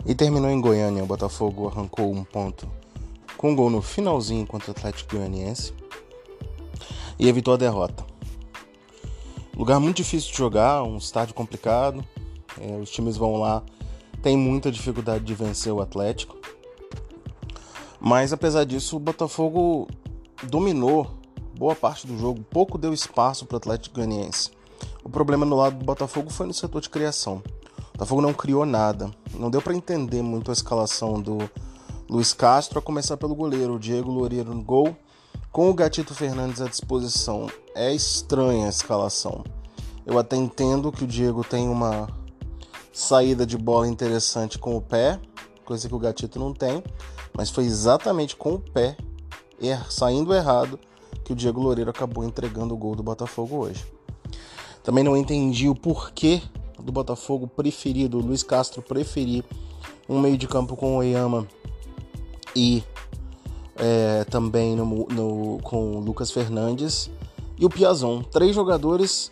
E terminou em Goiânia. O Botafogo arrancou um ponto com um gol no finalzinho contra o Atlético Goianiense e evitou a derrota. Lugar muito difícil de jogar, um estádio complicado. Os times vão lá, tem muita dificuldade de vencer o Atlético. Mas apesar disso, o Botafogo dominou boa parte do jogo, pouco deu espaço para o Atlético Goianiense. O problema no lado do Botafogo foi no setor de criação. O Botafogo não criou nada, não deu para entender muito a escalação do Luiz Castro, a começar pelo goleiro, o Diego Loureiro no gol, com o Gatito Fernandes à disposição. É estranha a escalação. Eu até entendo que o Diego tem uma saída de bola interessante com o pé, coisa que o Gatito não tem, mas foi exatamente com o pé, saindo errado, que o Diego Loureiro acabou entregando o gol do Botafogo hoje. Também não entendi o porquê do Botafogo preferir, do Luiz Castro preferir um meio de campo com o Oyama e também com o Lucas Fernandes e o Piazon. 3 jogadores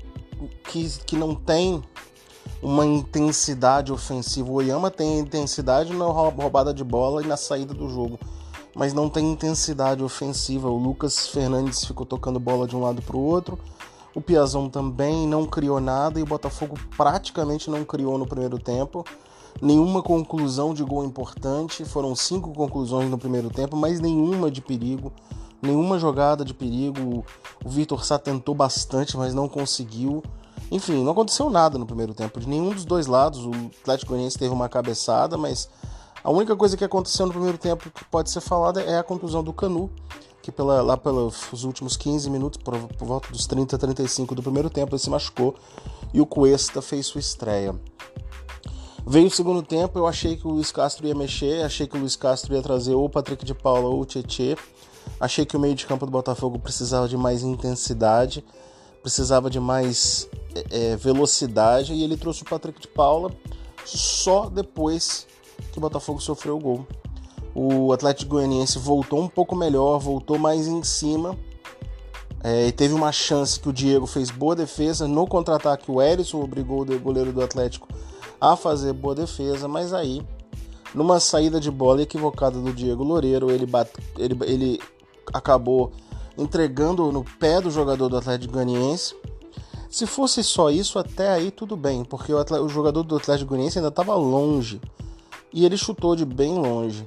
que não tem uma intensidade ofensiva. O Oyama tem intensidade na roubada de bola e na saída do jogo, mas não tem intensidade ofensiva. O Lucas Fernandes ficou tocando bola de um lado para o outro. O Piazon também não criou nada e o Botafogo praticamente não criou no primeiro tempo. Nenhuma conclusão de gol importante. Foram 5 conclusões no primeiro tempo, mas nenhuma de perigo. Nenhuma jogada de perigo. O Vitor Sá tentou bastante, mas não conseguiu. Enfim, não aconteceu nada no primeiro tempo de nenhum dos dois lados. O Atlético Goianiense teve uma cabeçada, mas a única coisa que aconteceu no primeiro tempo que pode ser falada é a contusão do Canu, que lá pelos últimos 15 minutos, por volta dos 30, 35 do primeiro tempo, ele se machucou e o Cuesta fez sua estreia. Veio o segundo tempo, eu achei que o Luiz Castro ia mexer, achei que o Luiz Castro ia trazer ou o Patrick de Paula ou o Tietê, achei que o meio de campo do Botafogo precisava de mais intensidade, precisava de mais velocidade, e ele trouxe o Patrick de Paula só depois que o Botafogo sofreu o gol. O Atlético Goianiense voltou um pouco melhor, voltou mais em cima, e teve uma chance que o Diego fez boa defesa. No contra-ataque, o Erisson obrigou o goleiro do Atlético a fazer boa defesa, mas aí, numa saída de bola equivocada do Diego Loureiro, ele acabou entregando no pé do jogador do Atlético Goianiense. Se fosse só isso, até aí tudo bem, porque o jogador do Atlético Goianiense ainda estava longe e ele chutou de bem longe.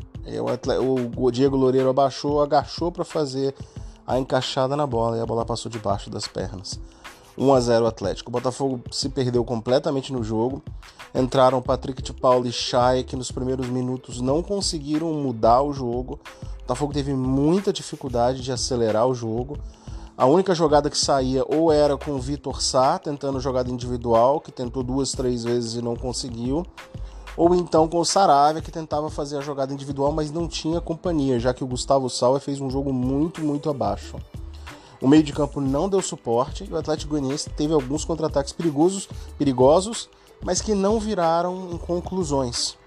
O Diego Loureiro agachou para fazer a encaixada na bola e a bola passou debaixo das pernas. 1-0 Atlético. O Botafogo se perdeu completamente no jogo. Entraram Patrick de Paula e Chay, que nos primeiros minutos não conseguiram mudar o jogo. O Botafogo teve muita dificuldade de acelerar o jogo. A única jogada que saía ou era com o Vitor Sá, tentando jogada individual, que tentou 2, 3 vezes e não conseguiu, ou então com o Saravia, que tentava fazer a jogada individual, mas não tinha companhia, já que o Gustavo Sauer fez um jogo muito, muito abaixo. O meio de campo não deu suporte e o Atlético Goianiense teve alguns contra-ataques perigosos, mas que não viraram em conclusões.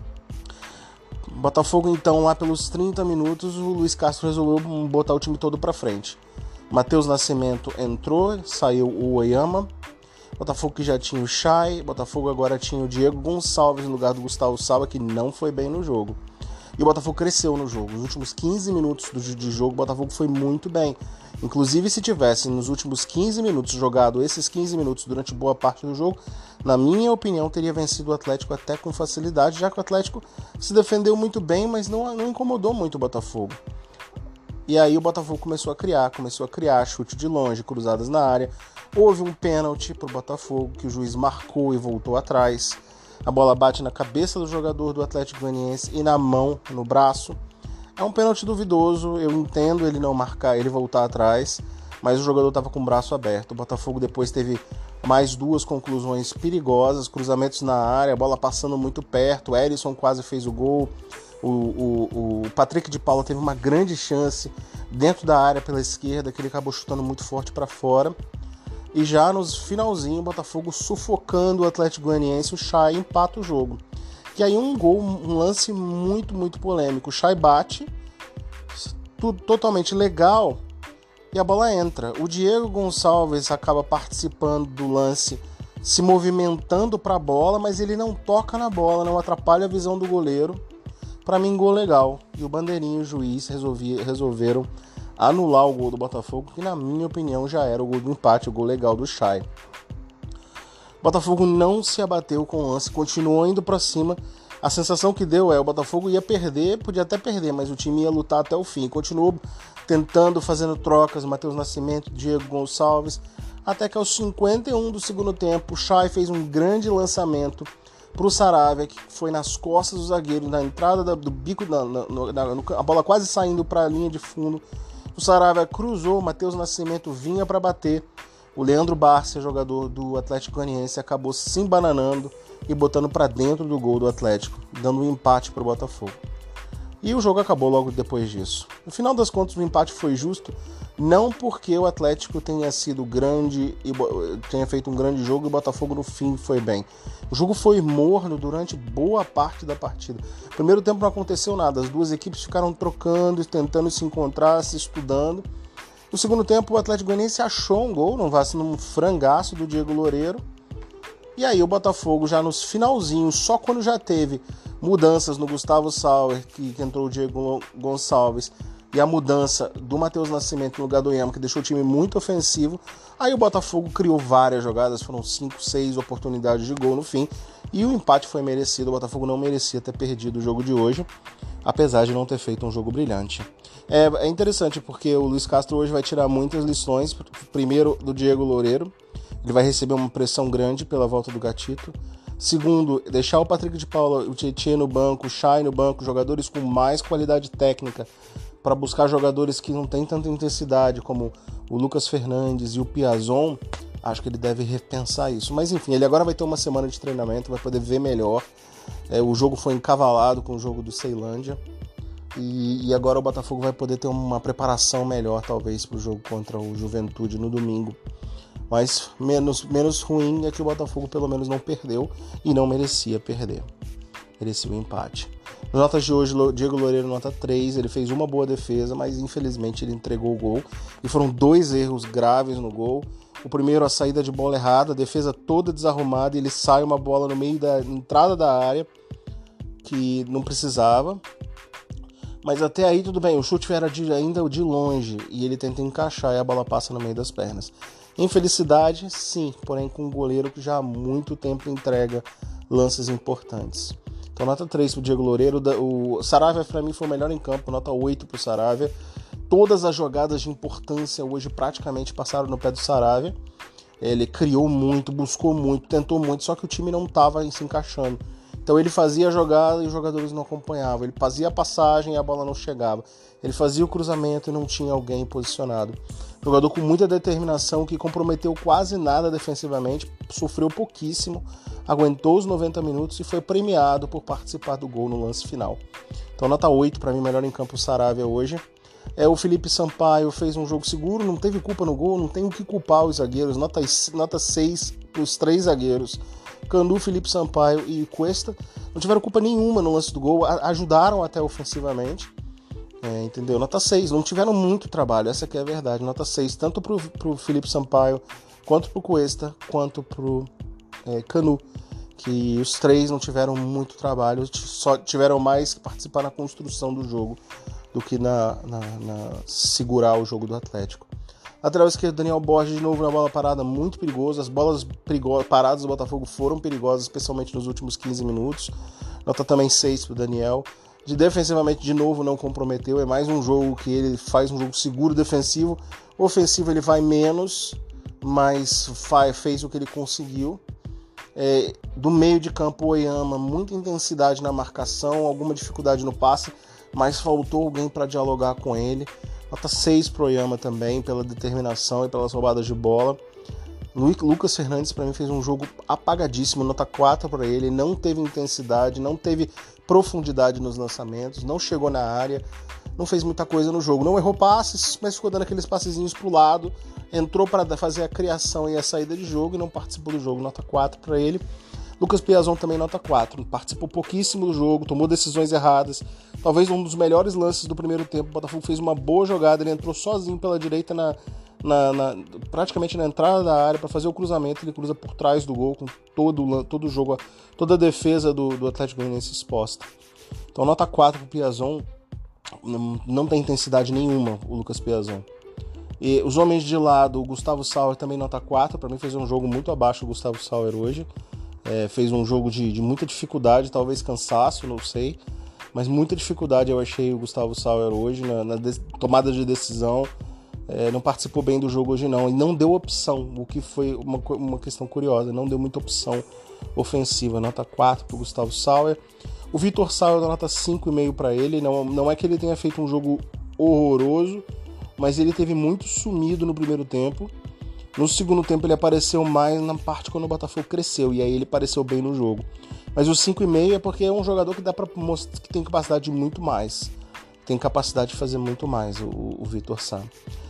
Botafogo, então, lá pelos 30 minutos, o Luiz Castro resolveu botar o time todo para frente. Matheus Nascimento entrou, saiu o Oyama. Botafogo que já tinha o Chay, Botafogo agora tinha o Diego Gonçalves no lugar do Gustavo Sauer, que não foi bem no jogo. E o Botafogo cresceu no jogo. Nos últimos 15 minutos de jogo, o Botafogo foi muito bem. Inclusive, se tivesse nos últimos 15 minutos jogado esses 15 minutos durante boa parte do jogo, na minha opinião, teria vencido o Atlético até com facilidade, já que o Atlético se defendeu muito bem, mas não incomodou muito o Botafogo. E aí o Botafogo começou a criar chute de longe, cruzadas na área. Houve um pênalti para o Botafogo, que o juiz marcou e voltou atrás. A bola bate na cabeça do jogador do Atlético Goianiense e na mão, no braço. É um pênalti duvidoso, eu entendo ele não marcar, ele voltar atrás, mas o jogador estava com o braço aberto. O Botafogo depois teve mais 2 conclusões perigosas, cruzamentos na área, a bola passando muito perto, o Erisson quase fez o gol. O Patrick de Paula teve uma grande chance dentro da área pela esquerda, que ele acabou chutando muito forte para fora. E já nos finalzinho, o Botafogo sufocando o Atlético Goianiense, o Chay empata o jogo. E aí um lance muito, muito polêmico. O Chay bate, tudo totalmente legal, e a bola entra. O Diego Gonçalves acaba participando do lance se movimentando para a bola, mas ele não toca na bola, não atrapalha a visão do goleiro. Para mim, gol legal. E o bandeirinha e o juiz resolveram anular o gol do Botafogo, que na minha opinião já era o gol do empate, o gol legal do Chay. O Botafogo não se abateu com o lance, continuou indo para cima. A sensação que deu o Botafogo ia perder, podia até perder, mas o time ia lutar até o fim. Continuou tentando, fazendo trocas, Matheus Nascimento, Diego Gonçalves, até que aos 51 do segundo tempo, o Chay fez um grande lançamento para o Saravia, que foi nas costas do zagueiro, na entrada do bico, a bola quase saindo para a linha de fundo. O Saravia cruzou, o Matheus Nascimento vinha para bater. O Leandro Bárcia, jogador do Atlético Goianiense, acabou se embananando e botando para dentro do gol do Atlético, dando um empate para o Botafogo. E o jogo acabou logo depois disso. No final das contas, o empate foi justo, não porque o Atlético tenha sido grande e tenha feito um grande jogo e o Botafogo no fim foi bem. O jogo foi morno durante boa parte da partida. No primeiro tempo não aconteceu nada, as duas equipes ficaram trocando, tentando se encontrar, se estudando. No segundo tempo, o Atlético Goianiense achou um gol, num frangaço do Diego Loureiro. E aí o Botafogo já nos finalzinhos, só quando já teve mudanças no Gustavo Sauer, que entrou o Diego Gonçalves, e a mudança do Matheus Nascimento no lugar do Oyama, que deixou o time muito ofensivo, aí o Botafogo criou várias jogadas, foram 5, 6 oportunidades de gol no fim, e o empate foi merecido. O Botafogo não merecia ter perdido o jogo de hoje, apesar de não ter feito um jogo brilhante. É interessante porque o Luiz Castro hoje vai tirar muitas lições, primeiro do Diego Loureiro, ele vai receber uma pressão grande pela volta do Gatito. Segundo, deixar o Patrick de Paula, o Tietê no banco, o Chay no banco, jogadores com mais qualidade técnica, para buscar jogadores que não têm tanta intensidade, como o Lucas Fernandes e o Piazon. Acho que ele deve repensar isso. Mas enfim, ele agora vai ter uma semana de treinamento, vai poder ver melhor. O jogo foi encavalado com o jogo do Ceilândia. E agora o Botafogo vai poder ter uma preparação melhor, talvez, para o jogo contra o Juventude no domingo. Mas menos ruim é que o Botafogo pelo menos não perdeu e não merecia perder. Merecia o empate. Nas notas de hoje, Diego Loureiro nota 3, ele fez uma boa defesa, mas infelizmente ele entregou o gol. E foram 2 erros graves no gol. O primeiro, a saída de bola errada, a defesa toda desarrumada, e ele sai uma bola no meio da entrada da área, que não precisava. Mas até aí tudo bem, o chute era ainda de longe, e ele tenta encaixar e a bola passa no meio das pernas. Infelicidade, sim, porém com um goleiro que já há muito tempo entrega lances importantes. Então nota 3 pro Diego Loureiro. O Saravia para mim foi o melhor em campo, nota 8 pro Saravia. Todas as jogadas de importância hoje praticamente passaram no pé do Saravia. Ele criou muito, buscou muito, tentou muito, só que o time não estava se encaixando. Então ele fazia a jogada e os jogadores não acompanhavam. Ele fazia a passagem e a bola não chegava. Ele fazia o cruzamento e não tinha alguém posicionado. Jogador com muita determinação, que comprometeu quase nada defensivamente, sofreu pouquíssimo, aguentou os 90 minutos e foi premiado por participar do gol no lance final. Então nota 8 para mim, melhor em campo o Saravia hoje. O Felipe Sampaio fez um jogo seguro, não teve culpa no gol, não tem o que culpar os zagueiros. Nota 6 para os 3 zagueiros. Canu, Felipe Sampaio e Cuesta não tiveram culpa nenhuma no lance do gol, ajudaram até ofensivamente, entendeu? Nota 6, não tiveram muito trabalho, essa aqui é a verdade. Nota 6, tanto pro Felipe Sampaio, quanto pro Cuesta, quanto pro Canu, que os 3 não tiveram muito trabalho, só tiveram mais que participar na construção do jogo do que na segurar o jogo do Atlético. Lateral esquerdo, Daniel Borges, de novo na bola parada, muito perigoso. As bolas paradas do Botafogo foram perigosas, especialmente nos últimos 15 minutos. Nota também 6 para o Daniel. Defensivamente, de novo, não comprometeu. É mais um jogo que ele faz um jogo seguro defensivo. Ofensivo ele vai menos, mas fez o que ele conseguiu. Do meio de campo, o Oyama, muita intensidade na marcação, alguma dificuldade no passe, mas faltou alguém para dialogar com ele. Nota 6 pro Oyama também, pela determinação e pelas roubadas de bola. Lucas Fernandes, para mim, fez um jogo apagadíssimo, nota 4 para ele. Não teve intensidade, não teve profundidade nos lançamentos, não chegou na área, não fez muita coisa no jogo. Não errou passes, mas ficou dando aqueles passezinhos pro lado. Entrou para fazer a criação e a saída de jogo e não participou do jogo, nota 4 para ele. Lucas Piazon também nota 4, participou pouquíssimo do jogo, tomou decisões erradas, talvez um dos melhores lances do primeiro tempo. O Botafogo fez uma boa jogada, ele entrou sozinho pela direita praticamente na entrada da área para fazer o cruzamento. Ele cruza por trás do gol com todo o jogo, toda a defesa do Atlético Goianiense exposta. Então nota 4 pro Piazon. Não tem intensidade nenhuma o Lucas Piazon. E os homens de lado, o Gustavo Sauer também nota 4. Para mim fez um jogo muito abaixo o Gustavo Sauer hoje. Fez um jogo de muita dificuldade, talvez cansaço, não sei. Mas muita dificuldade eu achei o Gustavo Sauer hoje na tomada de decisão. Não participou bem do jogo hoje não. E não deu opção, o que foi uma questão curiosa. Não deu muita opção ofensiva. Nota 4 para o Gustavo Sauer. O Vitor Sauer dá nota 5,5 para ele. Não é que ele tenha feito um jogo horroroso, mas ele teve muito sumido no primeiro tempo. No segundo tempo ele apareceu mais na parte quando o Botafogo cresceu, e aí ele apareceu bem no jogo. Mas o 5,5 é porque é um jogador que dá para mostrar que tem capacidade de muito mais. Tem capacidade de fazer muito mais, o Vitor Sá.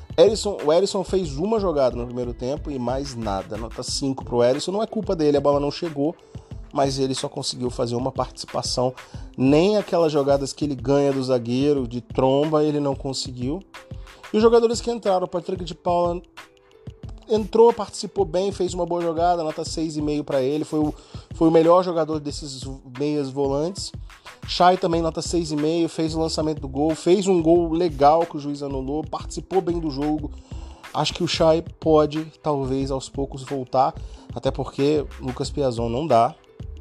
O Erisson fez uma jogada no primeiro tempo e mais nada. Nota 5 pro Erisson. Não é culpa dele, a bola não chegou, mas ele só conseguiu fazer uma participação. Nem aquelas jogadas que ele ganha do zagueiro, de tromba, ele não conseguiu. E os jogadores que entraram, o Patrick de Paula entrou, participou bem, fez uma boa jogada, nota 6,5 para ele, foi o melhor jogador desses meias volantes. Chay também nota 6,5, fez o lançamento do gol, fez um gol legal que o juiz anulou, participou bem do jogo. Acho que o Chay pode, talvez, aos poucos voltar, até porque Lucas Piazon não dá.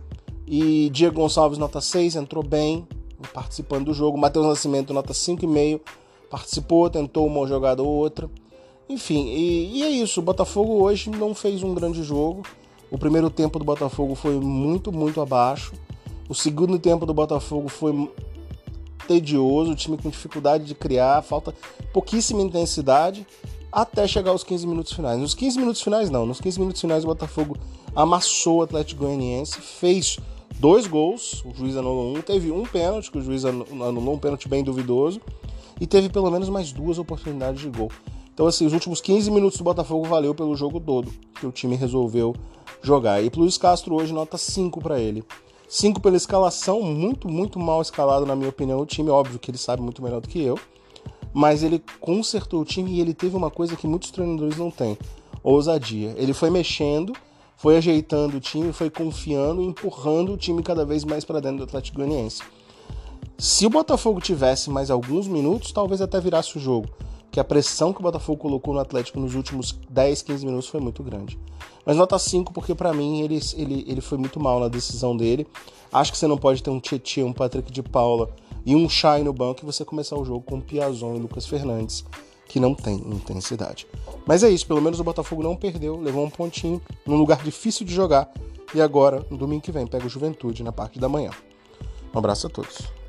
E Diego Gonçalves nota 6, entrou bem, participando do jogo. Matheus Nascimento nota 5,5, participou, tentou uma jogada ou outra. Enfim, e é isso. O Botafogo hoje não fez um grande jogo. O primeiro tempo do Botafogo foi muito, muito abaixo. O segundo tempo do Botafogo foi tedioso, o time com dificuldade de criar, falta pouquíssima intensidade, até chegar aos 15 minutos finais. Nos 15 minutos finais não, nos 15 minutos finais o Botafogo amassou o Atlético Goianiense, fez 2 gols, o juiz anulou um, teve um pênalti, que o juiz anulou, um pênalti bem duvidoso, e teve pelo menos mais 2 oportunidades de gol. Então, assim, os últimos 15 minutos do Botafogo valeu pelo jogo todo, que o time resolveu jogar. E pro Luiz Castro hoje, nota 5 para ele. 5 pela escalação, muito, muito mal escalado, na minha opinião, o time. Óbvio que ele sabe muito melhor do que eu, mas ele consertou o time e ele teve uma coisa que muitos treinadores não têm, ousadia. Ele foi mexendo, foi ajeitando o time, foi confiando, empurrando o time cada vez mais para dentro do Atlético Goianiense. Se o Botafogo tivesse mais alguns minutos, talvez até virasse o jogo, que a pressão que o Botafogo colocou no Atlético nos últimos 10, 15 minutos foi muito grande. Mas nota 5, porque pra mim ele foi muito mal na decisão dele. Acho que você não pode ter um Tietê, um Patrick de Paula e um Chay no banco e você começar o jogo com Piazon e Lucas Fernandes, que não tem intensidade. Mas é isso, pelo menos o Botafogo não perdeu, levou um pontinho num lugar difícil de jogar. E agora, no domingo que vem, pega o Juventude na parte da manhã. Um abraço a todos.